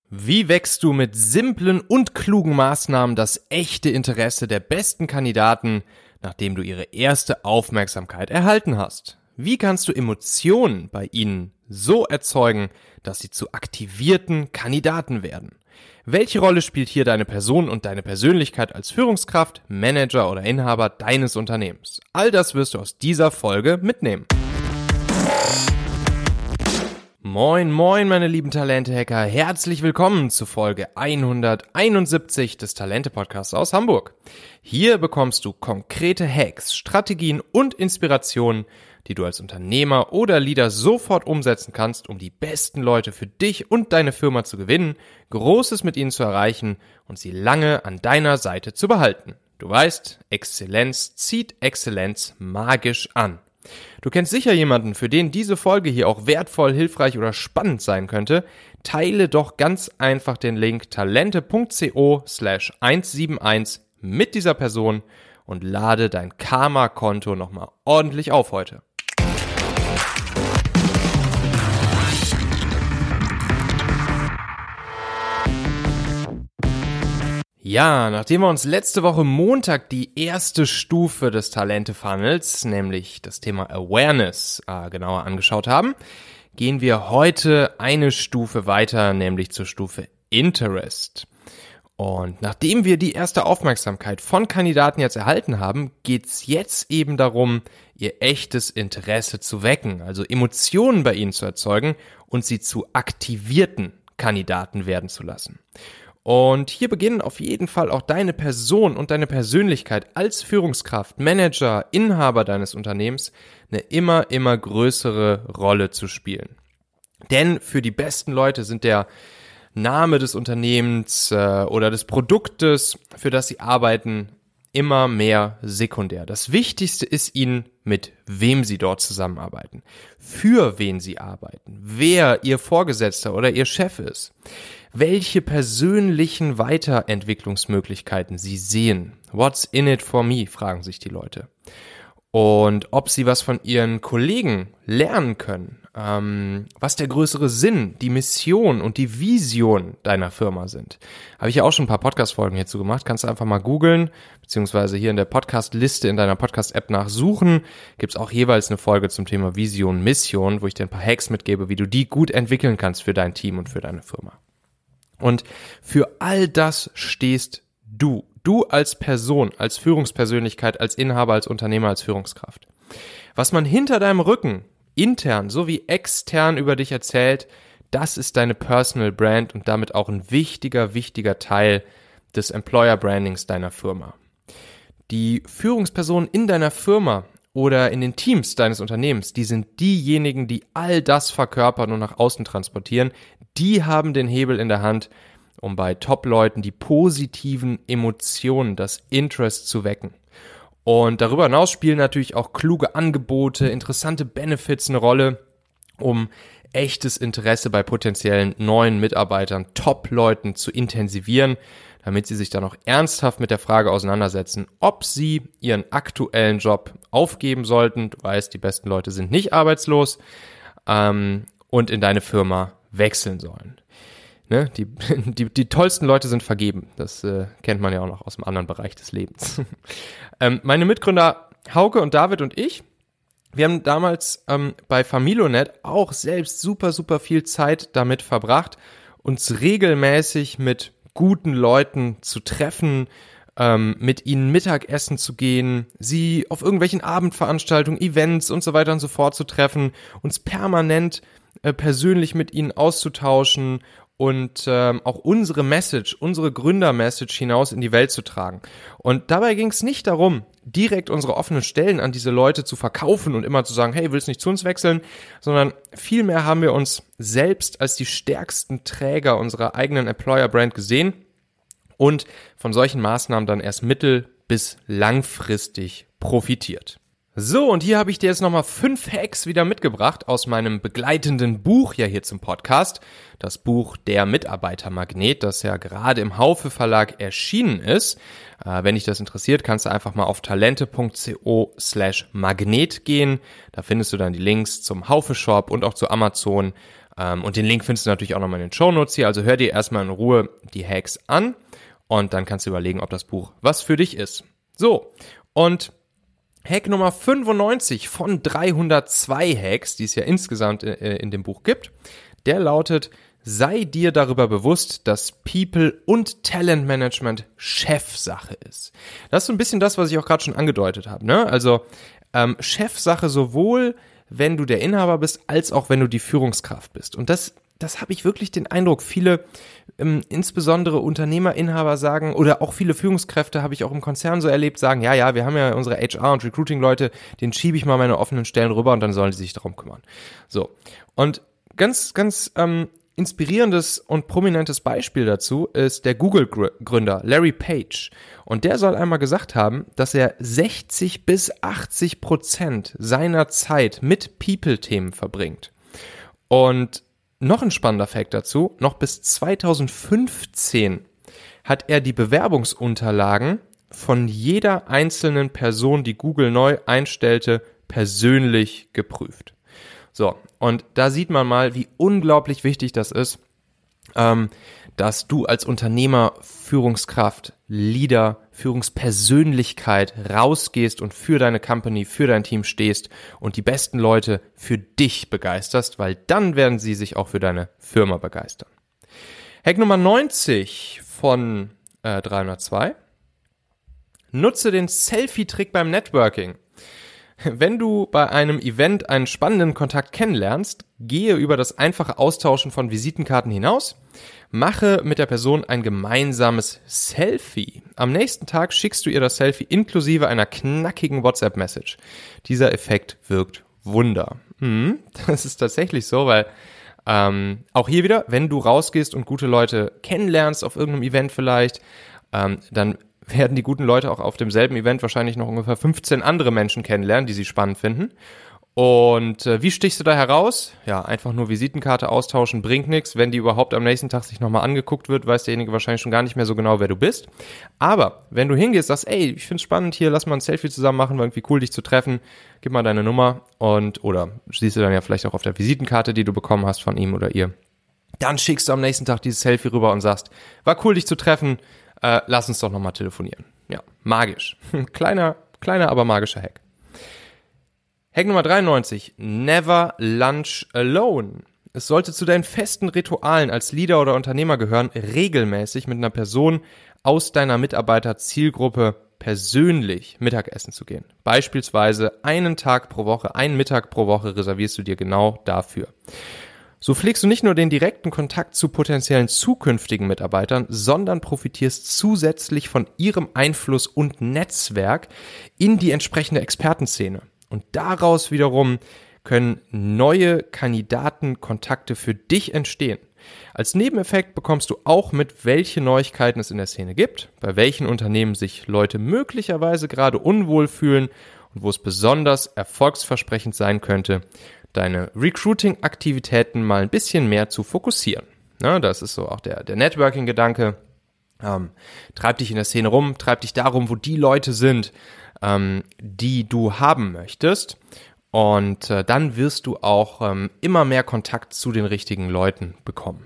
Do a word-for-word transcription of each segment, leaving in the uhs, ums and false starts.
Wie wächst du mit simplen und klugen Maßnahmen das echte Interesse der besten Kandidaten, nachdem du ihre erste Aufmerksamkeit erhalten hast? Wie kannst du Emotionen bei ihnen so erzeugen, dass sie zu aktivierten Kandidaten werden? Welche Rolle spielt hier deine Person und deine Persönlichkeit als Führungskraft, Manager oder Inhaber deines Unternehmens? All das wirst du aus dieser Folge mitnehmen. Moin, moin, meine lieben Talente-Hacker. Herzlich willkommen zu Folge hunderteinundsiebzig des Talente-Podcasts aus Hamburg. Hier bekommst du konkrete Hacks, Strategien und Inspirationen, die du als Unternehmer oder Leader sofort umsetzen kannst, um die besten Leute für dich und deine Firma zu gewinnen, Großes mit ihnen zu erreichen und sie lange an deiner Seite zu behalten. Du weißt, Exzellenz zieht Exzellenz magisch an. Du kennst sicher jemanden, für den diese Folge hier auch wertvoll, hilfreich oder spannend sein könnte. Teile doch ganz einfach den Link talente.co slash 171 mit dieser Person und lade dein Karma-Konto nochmal ordentlich auf heute. Ja, nachdem wir uns letzte Woche Montag die erste Stufe des Talente-Funnels, nämlich das Thema Awareness, äh, genauer angeschaut haben, gehen wir heute eine Stufe weiter, nämlich zur Stufe Interest. Und nachdem wir die erste Aufmerksamkeit von Kandidaten jetzt erhalten haben, geht's jetzt eben darum, ihr echtes Interesse zu wecken, also Emotionen bei ihnen zu erzeugen und sie zu aktivierten Kandidaten werden zu lassen. Und hier beginnen auf jeden Fall auch deine Person und deine Persönlichkeit als Führungskraft, Manager, Inhaber deines Unternehmens eine immer, immer größere Rolle zu spielen. Denn für die besten Leute sind der Name des Unternehmens äh, oder des Produktes, für das sie arbeiten, immer mehr sekundär. Das Wichtigste ist ihnen, mit wem sie dort zusammenarbeiten, für wen sie arbeiten, wer ihr Vorgesetzter oder ihr Chef ist, welche persönlichen Weiterentwicklungsmöglichkeiten sie sehen. What's in it for me, fragen sich die Leute. Und ob sie was von ihren Kollegen lernen können, ähm, was der größere Sinn, die Mission und die Vision deiner Firma sind. Habe ich ja auch schon ein paar Podcast-Folgen hierzu gemacht. Kannst du einfach mal googeln, beziehungsweise hier in der Podcast-Liste in deiner Podcast-App nachsuchen. Gibt es auch jeweils eine Folge zum Thema Vision, Mission, wo ich dir ein paar Hacks mitgebe, wie du die gut entwickeln kannst für dein Team und für deine Firma. Und für all das stehst du. Du als Person, als Führungspersönlichkeit, als Inhaber, als Unternehmer, als Führungskraft. Was man hinter deinem Rücken, intern sowie extern über dich erzählt, das ist deine Personal Brand und damit auch ein wichtiger, wichtiger Teil des Employer Brandings deiner Firma. Die Führungspersonen in deiner Firma oder in den Teams deines Unternehmens, die sind diejenigen, die all das verkörpern und nach außen transportieren. Die haben den Hebel in der Hand, um bei Top-Leuten die positiven Emotionen, das Interest zu wecken. Und darüber hinaus spielen natürlich auch kluge Angebote, interessante Benefits eine Rolle, um echtes Interesse bei potenziellen neuen Mitarbeitern, Top-Leuten zu intensivieren, damit sie sich dann auch ernsthaft mit der Frage auseinandersetzen, ob sie ihren aktuellen Job aufgeben sollten. Du weißt, die besten Leute sind nicht arbeitslos, ähm, und in deine Firma wechseln sollen. Ne? Die, die, die tollsten Leute sind vergeben. Das äh, kennt man ja auch noch aus einem anderen Bereich des Lebens. ähm, meine Mitgründer Hauke und David und ich, wir haben damals ähm, bei Familonet auch selbst super, super viel Zeit damit verbracht, uns regelmäßig mit guten Leuten zu treffen, ähm, mit ihnen Mittagessen zu gehen, sie auf irgendwelchen Abendveranstaltungen, Events und so weiter und so fort zu treffen, uns permanent äh, persönlich mit ihnen auszutauschen und ähm, auch unsere Message, unsere Gründer-Message hinaus in die Welt zu tragen. Und dabei ging es nicht darum, direkt unsere offenen Stellen an diese Leute zu verkaufen und immer zu sagen, hey, willst nicht zu uns wechseln, sondern vielmehr haben wir uns selbst als die stärksten Träger unserer eigenen Employer-Brand gesehen und von solchen Maßnahmen dann erst mittel- bis langfristig profitiert. So, und hier habe ich dir jetzt nochmal fünf Hacks wieder mitgebracht aus meinem begleitenden Buch ja hier zum Podcast. Das Buch Der Mitarbeitermagnet, das ja gerade im Haufe Verlag erschienen ist. Äh, wenn dich das interessiert, kannst du einfach mal auf talente.co slash magnet gehen. Da findest du dann die Links zum Haufe Shop und auch zu Amazon. Ähm, und den Link findest du natürlich auch nochmal in den Shownotes hier. Also hör dir erstmal in Ruhe die Hacks an und dann kannst du überlegen, ob das Buch was für dich ist. So, und Hack Nummer fünfundneunzig von dreihundertzwei Hacks, die es ja insgesamt in, in dem Buch gibt, der lautet: Sei dir darüber bewusst, dass People- und Talentmanagement Chefsache ist. Das ist so ein bisschen das, was ich auch gerade schon angedeutet habe, ne? Also ähm, Chefsache sowohl, wenn du der Inhaber bist, als auch wenn du die Führungskraft bist. Und das, das habe ich wirklich den Eindruck, viele, ähm, insbesondere Unternehmerinhaber sagen, oder auch viele Führungskräfte habe ich auch im Konzern so erlebt, sagen, ja, ja, wir haben ja unsere H R- und Recruiting-Leute, denen schiebe ich mal meine offenen Stellen rüber und dann sollen die sich darum kümmern. So, und ganz, ganz ähm, inspirierendes und prominentes Beispiel dazu ist der Google-Gründer Larry Page. Und der soll einmal gesagt haben, dass er sechzig bis achtzig Prozent seiner Zeit mit People-Themen verbringt. Und noch ein spannender Fact dazu, noch bis zweitausendfünfzehn hat er die Bewerbungsunterlagen von jeder einzelnen Person, die Google neu einstellte, persönlich geprüft. So, und da sieht man mal, wie unglaublich wichtig das ist, ähm, dass du als Unternehmer, Führungskraft, Leader, Führungspersönlichkeit rausgehst und für deine Company, für dein Team stehst und die besten Leute für dich begeisterst, weil dann werden sie sich auch für deine Firma begeistern. Hack Nummer neunzig von äh, dreihundertzwei. Nutze den Selfie-Trick beim Networking. Wenn du bei einem Event einen spannenden Kontakt kennenlernst, gehe über das einfache Austauschen von Visitenkarten hinaus, mache mit der Person ein gemeinsames Selfie. Am nächsten Tag schickst du ihr das Selfie inklusive einer knackigen WhatsApp-Message. Dieser Effekt wirkt Wunder. Mhm, das ist tatsächlich so, weil ähm, auch hier wieder, wenn du rausgehst und gute Leute kennenlernst auf irgendeinem Event vielleicht, ähm, dann werden die guten Leute auch auf demselben Event wahrscheinlich noch ungefähr fünfzehn andere Menschen kennenlernen, die sie spannend finden. Und äh, wie stichst du da heraus? Ja, einfach nur Visitenkarte austauschen bringt nichts. Wenn die überhaupt am nächsten Tag sich nochmal angeguckt wird, weiß derjenige wahrscheinlich schon gar nicht mehr so genau, wer du bist. Aber wenn du hingehst, sagst, ey, ich find's spannend hier, lass mal ein Selfie zusammen machen, war irgendwie cool, dich zu treffen, gib mal deine Nummer und, oder siehst du dann ja vielleicht auch auf der Visitenkarte, die du bekommen hast von ihm oder ihr. Dann schickst du am nächsten Tag dieses Selfie rüber und sagst, war cool, dich zu treffen, Äh, lass uns doch nochmal telefonieren. Ja, magisch. kleiner, kleiner, aber magischer Hack. Hack Nummer dreiundneunzig. Never lunch alone. Es sollte zu deinen festen Ritualen als Leader oder Unternehmer gehören, regelmäßig mit einer Person aus deiner Mitarbeiterzielgruppe persönlich Mittagessen zu gehen. Beispielsweise einen Tag pro Woche, einen Mittag pro Woche reservierst du dir genau dafür. So pflegst du nicht nur den direkten Kontakt zu potenziellen zukünftigen Mitarbeitern, sondern profitierst zusätzlich von ihrem Einfluss und Netzwerk in die entsprechende Expertenszene. Und daraus wiederum können neue Kandidatenkontakte für dich entstehen. Als Nebeneffekt bekommst du auch mit, welche Neuigkeiten es in der Szene gibt, bei welchen Unternehmen sich Leute möglicherweise gerade unwohl fühlen und wo es besonders erfolgsversprechend sein könnte, deine Recruiting-Aktivitäten mal ein bisschen mehr zu fokussieren. Ne, das ist so auch der, der Networking-Gedanke. Ähm, treib dich in der Szene rum, treib dich darum, wo die Leute sind, ähm, die du haben möchtest. Und äh, dann wirst du auch ähm, immer mehr Kontakt zu den richtigen Leuten bekommen.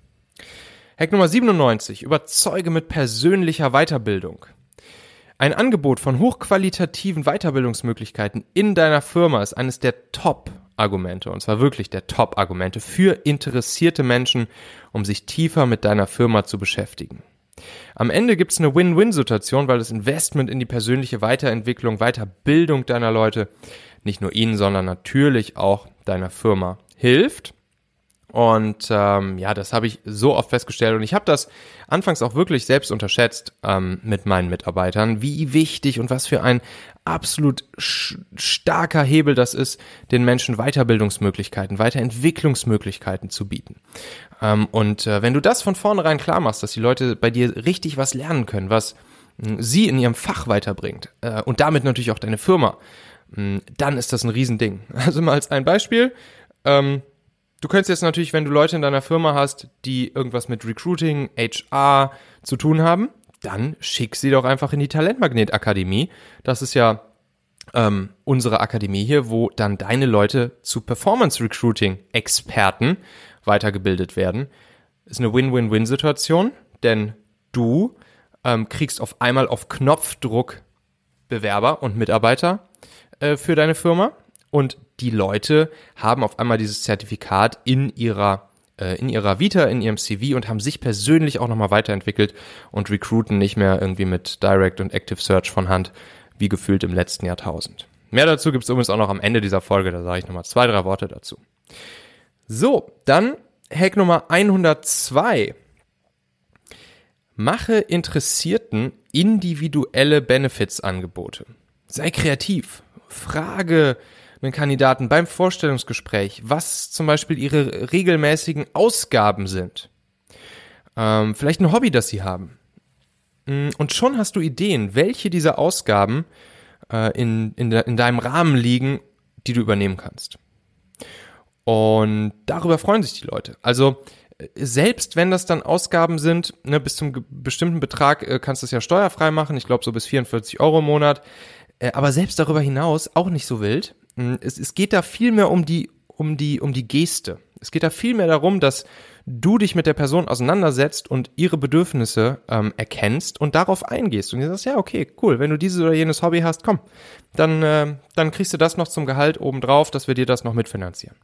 Hack Nummer siebenundneunzig. Überzeuge mit persönlicher Weiterbildung. Ein Angebot von hochqualitativen Weiterbildungsmöglichkeiten in deiner Firma ist eines der Top-Argumente, und zwar wirklich der Top-Argumente für interessierte Menschen, um sich tiefer mit deiner Firma zu beschäftigen. Am Ende gibt es eine Win-Win-Situation, weil das Investment in die persönliche Weiterentwicklung, Weiterbildung deiner Leute nicht nur ihnen, sondern natürlich auch deiner Firma hilft. Und ähm, ja, das habe ich so oft festgestellt und ich habe das anfangs auch wirklich selbst unterschätzt ähm, mit meinen Mitarbeitern, wie wichtig und was für ein absolut sch- starker Hebel das ist, den Menschen Weiterbildungsmöglichkeiten, Weiterentwicklungsmöglichkeiten zu bieten. Ähm, und äh, wenn du das von vornherein klar machst, dass die Leute bei dir richtig was lernen können, was mh, sie in ihrem Fach weiterbringt äh, und damit natürlich auch deine Firma, mh, dann ist das ein Riesending. Also mal als ein Beispiel, ähm, du könntest jetzt natürlich, wenn du Leute in deiner Firma hast, die irgendwas mit Recruiting, H R zu tun haben, dann schick sie doch einfach in die Talentmagnet-Akademie. Das ist ja ähm, unsere Akademie hier, wo dann deine Leute zu Performance-Recruiting-Experten weitergebildet werden. Ist eine Win-Win-Win-Situation, denn du ähm, kriegst auf einmal auf Knopfdruck Bewerber und Mitarbeiter äh, für deine Firma und die Leute haben auf einmal dieses Zertifikat in ihrer äh, in ihrer Vita, in ihrem C V und haben sich persönlich auch nochmal weiterentwickelt und recruiten nicht mehr irgendwie mit Direct und Active Search von Hand, wie gefühlt im letzten Jahrtausend. Mehr dazu gibt es übrigens auch noch am Ende dieser Folge, da sage ich nochmal zwei, drei Worte dazu. So, dann Hack Nummer hundertzwei. Mache Interessierten individuelle Benefits-Angebote. Sei kreativ. Frage einen Kandidaten beim Vorstellungsgespräch, was zum Beispiel ihre regelmäßigen Ausgaben sind. Ähm, vielleicht ein Hobby, das sie haben. Und schon hast du Ideen, welche dieser Ausgaben äh, in, in, de, in deinem Rahmen liegen, die du übernehmen kannst. Und darüber freuen sich die Leute. Also selbst wenn das dann Ausgaben sind, ne, bis zum ge- bestimmten Betrag äh, kannst du es ja steuerfrei machen, ich glaube so bis vierundvierzig Euro im Monat, äh, aber selbst darüber hinaus auch nicht so wild. Es, es geht da viel mehr um die, um die, um die Geste. Es geht da viel mehr darum, dass du dich mit der Person auseinandersetzt und ihre Bedürfnisse ähm, erkennst und darauf eingehst und dir sagst, ja, okay, cool, wenn du dieses oder jenes Hobby hast, komm, dann, äh, dann kriegst du das noch zum Gehalt obendrauf, dass wir dir das noch mitfinanzieren.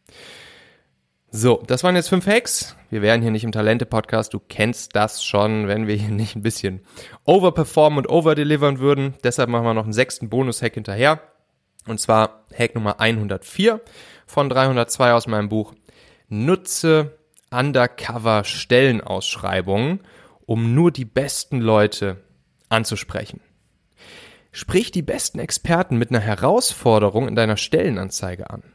So, das waren jetzt fünf Hacks. Wir wären hier nicht im Talente-Podcast. Du kennst das schon, wenn wir hier nicht ein bisschen overperformen und overdelivern würden. Deshalb machen wir noch einen sechsten Bonus-Hack hinterher. Und zwar Hack Nummer hundertvier von dreihundertzwei aus meinem Buch. Nutze Undercover-Stellenausschreibungen, um nur die besten Leute anzusprechen. Sprich die besten Experten mit einer Herausforderung in deiner Stellenanzeige an.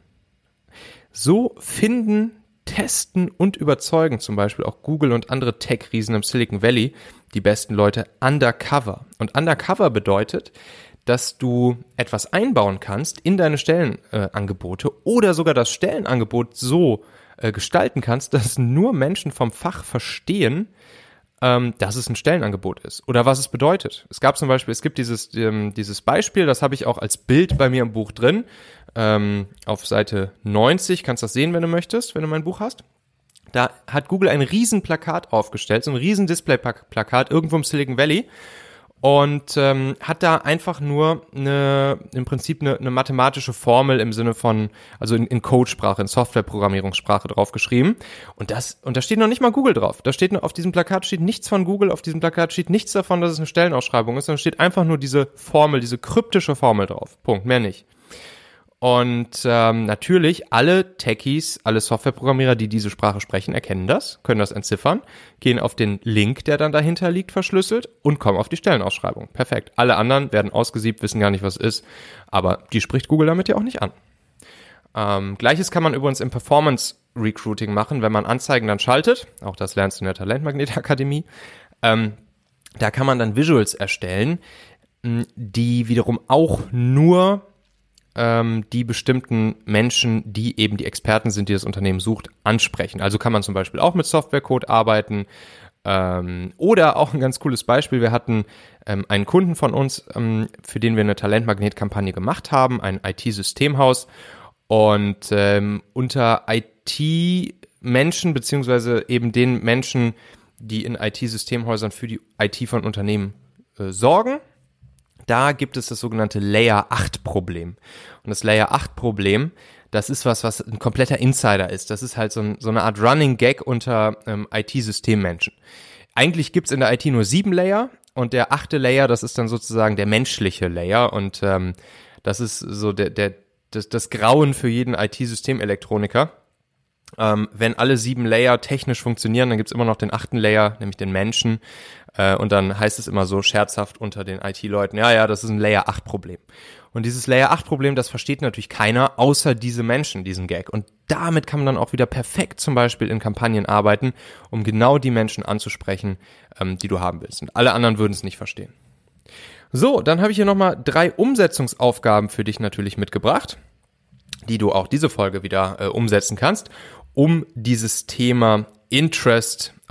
So finden, testen und überzeugen zum Beispiel auch Google und andere Tech-Riesen im Silicon Valley die besten Leute undercover. Und undercover bedeutet, dass du etwas einbauen kannst in deine Stellenangebote äh, oder sogar das Stellenangebot so äh, gestalten kannst, dass nur Menschen vom Fach verstehen, ähm, dass es ein Stellenangebot ist oder was es bedeutet. Es gab zum Beispiel, es gibt dieses, ähm, dieses Beispiel, das habe ich auch als Bild bei mir im Buch drin, ähm, auf Seite neunzig, kannst das sehen, wenn du möchtest, wenn du mein Buch hast. Da hat Google ein riesen Plakat aufgestellt, so ein riesen Display-Plakat irgendwo im Silicon Valley und ähm, hat da einfach nur eine, im Prinzip eine, eine mathematische Formel im Sinne von, also in, in Codesprache, in Softwareprogrammierungssprache draufgeschrieben. Und das, und da steht noch nicht mal Google drauf. Da steht nur, auf diesem Plakat steht nichts von Google, auf diesem Plakat steht nichts davon, dass es eine Stellenausschreibung ist, sondern steht einfach nur diese Formel, diese kryptische Formel drauf. Punkt, mehr nicht. Und ähm, natürlich alle Techies, alle Softwareprogrammierer, die diese Sprache sprechen, erkennen das, können das entziffern, gehen auf den Link, der dann dahinter liegt, verschlüsselt und kommen auf die Stellenausschreibung. Perfekt. Alle anderen werden ausgesiebt, wissen gar nicht, was es ist, aber die spricht Google damit ja auch nicht an. Ähm, Gleiches kann man übrigens im Performance-Recruiting machen, wenn man Anzeigen dann schaltet. Auch das lernst du in der Talentmagnet-Akademie. Ähm, da kann man dann Visuals erstellen, die wiederum auch nur die bestimmten Menschen, die eben die Experten sind, die das Unternehmen sucht, ansprechen. Also kann man zum Beispiel auch mit Softwarecode arbeiten ähm, oder auch ein ganz cooles Beispiel. Wir hatten ähm, einen Kunden von uns, ähm, für den wir eine Talentmagnet-Kampagne gemacht haben, ein I T-Systemhaus und ähm, unter I T-Menschen beziehungsweise eben den Menschen, die in I T-Systemhäusern für die I T von Unternehmen äh, sorgen, da gibt es das sogenannte Layer acht Problem. Und das Layer acht Problem, das ist was, was ein kompletter Insider ist. Das ist halt so, ein, so eine Art Running Gag unter ähm, I T-Systemmenschen. Eigentlich gibt's in der I T nur sieben Layer und der achte Layer, das ist dann sozusagen der menschliche Layer und ähm, das ist so der, der, das, das Grauen für jeden I T-Systemelektroniker. Ähm, wenn alle sieben Layer technisch funktionieren, dann gibt's immer noch den achten Layer, nämlich den Menschen. Äh, und dann heißt es immer so scherzhaft unter den I T-Leuten, ja, ja, das ist ein Layer acht Problem. Und dieses Layer acht Problem, das versteht natürlich keiner, außer diese Menschen, diesen Gag. Und damit kann man dann auch wieder perfekt zum Beispiel in Kampagnen arbeiten, um genau die Menschen anzusprechen, ähm, die du haben willst. Und alle anderen würden es nicht verstehen. So, dann habe ich hier nochmal drei Umsetzungsaufgaben für dich natürlich mitgebracht, die du auch diese Folge wieder äh, umsetzen kannst, um dieses Thema Interest auf der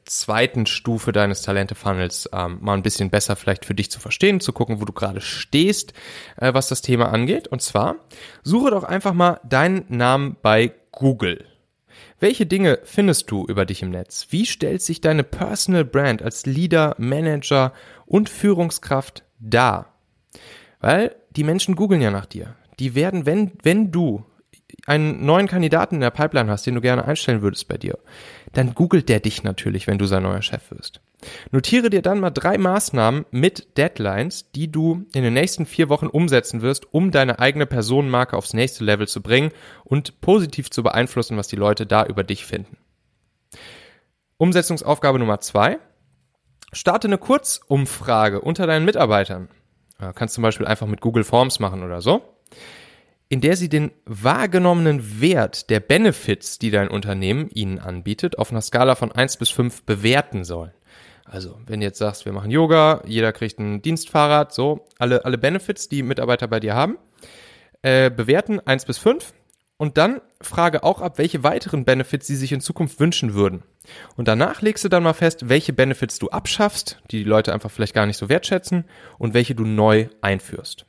zweiten Stufe deines Talente-Funnels ähm, mal ein bisschen besser vielleicht für dich zu verstehen, zu gucken, wo du gerade stehst, äh, was das Thema angeht. Und zwar, suche doch einfach mal deinen Namen bei Google. Welche Dinge findest du über dich im Netz? Wie stellt sich deine Personal Brand als Leader, Manager und Führungskraft dar? Weil die Menschen googeln ja nach dir. Die werden, wenn, wenn du einen neuen Kandidaten in der Pipeline hast, den du gerne einstellen würdest bei dir, dann googelt der dich natürlich, wenn du sein neuer Chef wirst. Notiere dir dann mal drei Maßnahmen mit Deadlines, die du in den nächsten vier Wochen umsetzen wirst, um deine eigene Personenmarke aufs nächste Level zu bringen und positiv zu beeinflussen, was die Leute da über dich finden. Umsetzungsaufgabe Nummer zwei. Starte eine Kurzumfrage unter deinen Mitarbeitern. Du kannst zum Beispiel einfach mit Google Forms machen oder so, in der sie den wahrgenommenen Wert der Benefits, die dein Unternehmen ihnen anbietet, auf einer Skala von eins bis fünf bewerten sollen. Also, wenn du jetzt sagst, wir machen Yoga, jeder kriegt ein Dienstfahrrad, so, alle, alle Benefits, die Mitarbeiter bei dir haben, äh, bewerten eins bis fünf und dann frage auch ab, welche weiteren Benefits sie sich in Zukunft wünschen würden. Und danach legst du dann mal fest, welche Benefits du abschaffst, die die Leute einfach vielleicht gar nicht so wertschätzen und welche du neu einführst.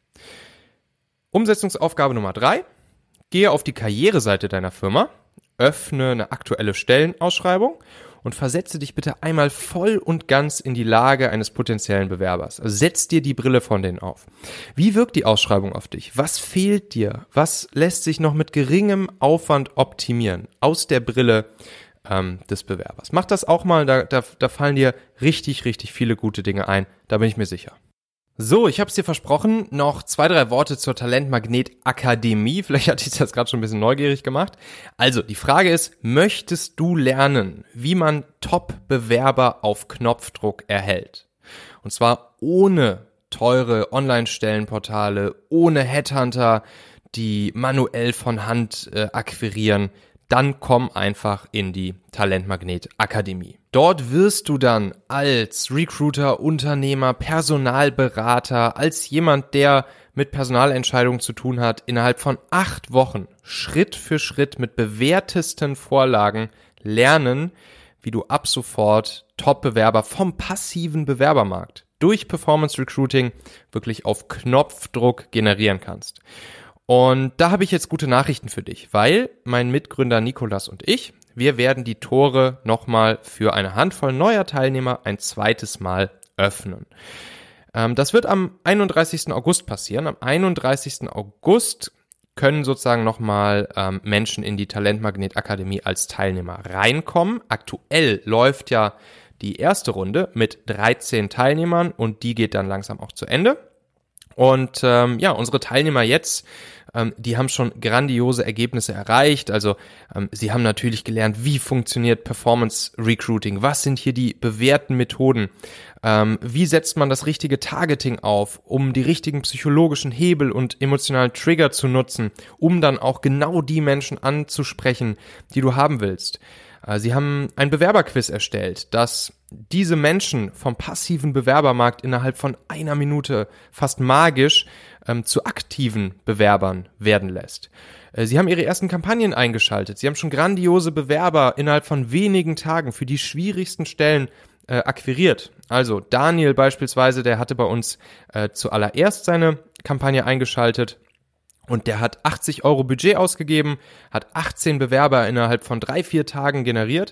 Umsetzungsaufgabe Nummer drei. Gehe auf die Karriereseite deiner Firma, öffne eine aktuelle Stellenausschreibung und versetze dich bitte einmal voll und ganz in die Lage eines potenziellen Bewerbers. Also setz dir die Brille von denen auf. Wie wirkt die Ausschreibung auf dich? Was fehlt dir? Was lässt sich noch mit geringem Aufwand optimieren aus der Brille ähm, des Bewerbers? Mach das auch mal, da, da, da fallen dir richtig, richtig viele gute Dinge ein, da bin ich mir sicher. So, ich habe es dir versprochen, noch zwei, drei Worte zur Talentmagnet Akademie. Vielleicht hatte ich das gerade schon ein bisschen neugierig gemacht. Also, die Frage ist, möchtest du lernen, wie man Top-Bewerber auf Knopfdruck erhält? Und zwar ohne teure Online-Stellenportale, ohne Headhunter, die manuell von Hand äh, akquirieren. Dann komm einfach in die Talentmagnet Akademie. Dort wirst du dann als Recruiter, Unternehmer, Personalberater, als jemand, der mit Personalentscheidungen zu tun hat, innerhalb von acht Wochen Schritt für Schritt mit bewährtesten Vorlagen lernen, wie du ab sofort Top-Bewerber vom passiven Bewerbermarkt durch Performance Recruiting wirklich auf Knopfdruck generieren kannst. Und da habe ich jetzt gute Nachrichten für dich, weil mein Mitgründer Nikolas und ich, wir werden die Tore nochmal für eine Handvoll neuer Teilnehmer ein zweites Mal öffnen. Ähm, das wird am einunddreißigsten August passieren. Am einunddreißigsten August können sozusagen nochmal ähm, Menschen in die Talentmagnet Akademie als Teilnehmer reinkommen. Aktuell läuft ja die erste Runde mit dreizehn Teilnehmern und die geht dann langsam auch zu Ende. Und ähm, ja, unsere Teilnehmer jetzt, ähm, die haben schon grandiose Ergebnisse erreicht. Also ähm, sie haben natürlich gelernt, wie funktioniert Performance Recruiting, was sind hier die bewährten Methoden, ähm, wie setzt man das richtige Targeting auf, um die richtigen psychologischen Hebel und emotionalen Trigger zu nutzen, um dann auch genau die Menschen anzusprechen, die du haben willst. Sie haben ein Bewerberquiz erstellt, das diese Menschen vom passiven Bewerbermarkt innerhalb von einer Minute fast magisch ähm, zu aktiven Bewerbern werden lässt. Äh, sie haben ihre ersten Kampagnen eingeschaltet. Sie haben schon grandiose Bewerber innerhalb von wenigen Tagen für die schwierigsten Stellen äh, akquiriert. Also Daniel beispielsweise, der hatte bei uns äh, zuallererst seine Kampagne eingeschaltet. Und der hat achtzig Euro Budget ausgegeben, hat achtzehn Bewerber innerhalb von drei, vier Tagen generiert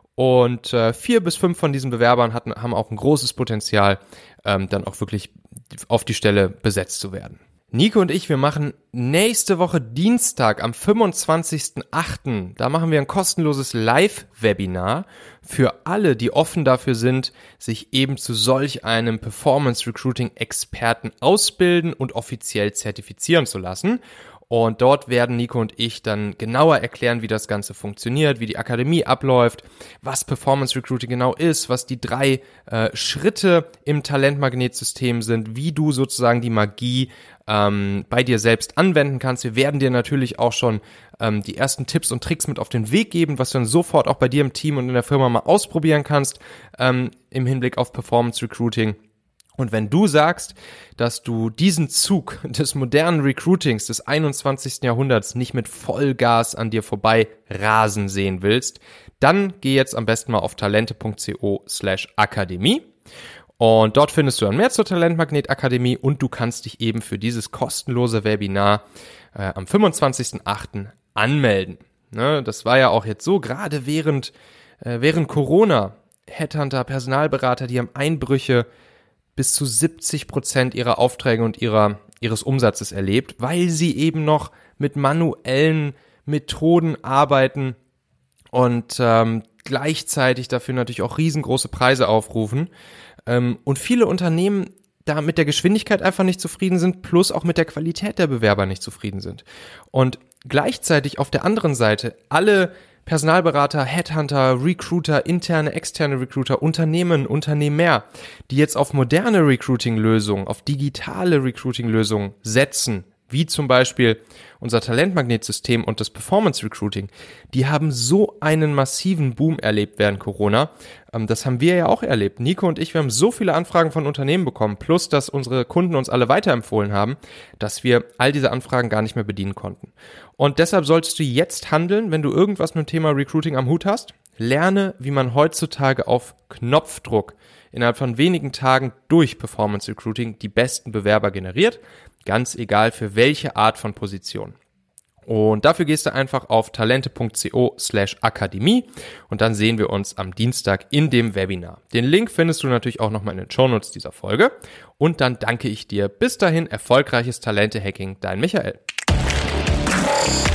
und äh, vier bis fünf von diesen Bewerbern hatten, haben auch ein großes Potenzial, ähm, dann auch wirklich auf die Stelle besetzt zu werden. Nico und ich, wir machen nächste Woche Dienstag am fünfundzwanzigsten achten Da machen wir ein kostenloses Live-Webinar für alle, die offen dafür sind, sich eben zu solch einem Performance-Recruiting-Experten ausbilden und offiziell zertifizieren zu lassen. Und dort werden Nico und ich dann genauer erklären, wie das Ganze funktioniert, wie die Akademie abläuft, was Performance Recruiting genau ist, was die drei äh, Schritte im Talentmagnetsystem sind, wie du sozusagen die Magie ähm, bei dir selbst anwenden kannst. Wir werden dir natürlich auch schon ähm, die ersten Tipps und Tricks mit auf den Weg geben, was du dann sofort auch bei dir im Team und in der Firma mal ausprobieren kannst ähm, im Hinblick auf Performance Recruiting. Und wenn du sagst, dass du diesen Zug des modernen Recruitings des einundzwanzigsten Jahrhunderts nicht mit Vollgas an dir vorbei rasen sehen willst, dann geh jetzt am besten mal auf talente.co slash Akademie. Und dort findest du dann mehr zur Talentmagnet Akademie und du kannst dich eben für dieses kostenlose Webinar äh, am fünfundzwanzigsten achten anmelden. Ne, das war ja auch jetzt so, gerade während, äh, während Corona, Headhunter, Personalberater, die haben Einbrüche bis zu siebzig Prozent ihrer Aufträge und ihrer, ihres Umsatzes erlebt, weil sie eben noch mit manuellen Methoden arbeiten und ähm, gleichzeitig dafür natürlich auch riesengroße Preise aufrufen. Ähm, und viele Unternehmen da mit der Geschwindigkeit einfach nicht zufrieden sind, plus auch mit der Qualität der Bewerber nicht zufrieden sind. Und gleichzeitig auf der anderen Seite alle Personalberater, Headhunter, Recruiter, interne, externe Recruiter, Unternehmen, Unternehmer, die jetzt auf moderne Recruiting-Lösungen, auf digitale Recruiting-Lösungen setzen, wie zum Beispiel unser Talentmagnetsystem und das Performance Recruiting, die haben so einen massiven Boom erlebt während Corona. Das haben wir ja auch erlebt. Nico und ich, wir haben so viele Anfragen von Unternehmen bekommen, plus dass unsere Kunden uns alle weiterempfohlen haben, dass wir all diese Anfragen gar nicht mehr bedienen konnten. Und deshalb solltest du jetzt handeln, wenn du irgendwas mit dem Thema Recruiting am Hut hast. Lerne, wie man heutzutage auf Knopfdruck innerhalb von wenigen Tagen durch Performance Recruiting die besten Bewerber generiert. Ganz egal für welche Art von Position. Und dafür gehst du einfach auf talente.co slash Akademie und dann sehen wir uns am Dienstag in dem Webinar. Den Link findest du natürlich auch nochmal in den Shownotes dieser Folge. Und dann danke ich dir. Bis dahin, erfolgreiches Talente-Hacking, dein Michael.